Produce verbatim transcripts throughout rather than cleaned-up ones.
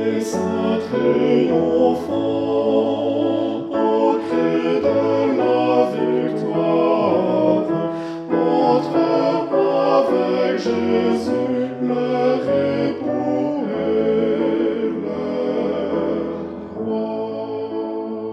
les saints triomphants, au cri de la victoire, entrent avec Jésus, leur époux et leur roi.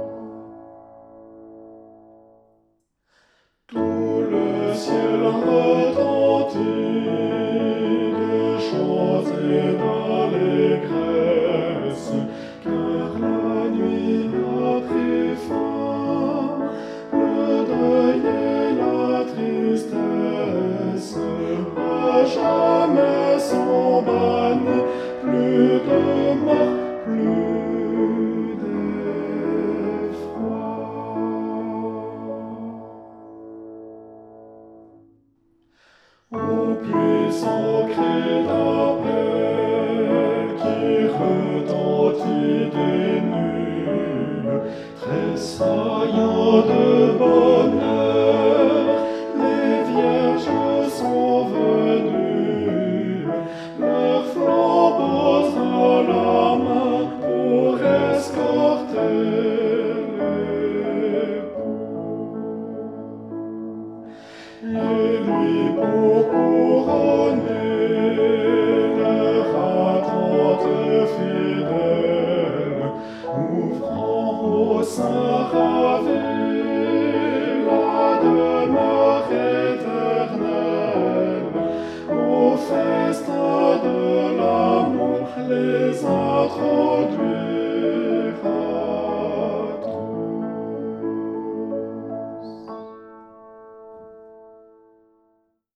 Tout le ciel retentit de chants et d'allégresse, car la nuit a pris fin, le deuil et la tristesse à jamais sont bannis, plus de mort, plus d'effroi. Au puissant cri d'appel qui retentit des nues, tressaillant de bonheur, les vierges sont venues, leurs flambeaux à la main pour escorter l'époux. Et lui pour couronner leur attente fidèle, ouvrant au sein ravi la demeure éternelle, au festin de l'amour les introduit.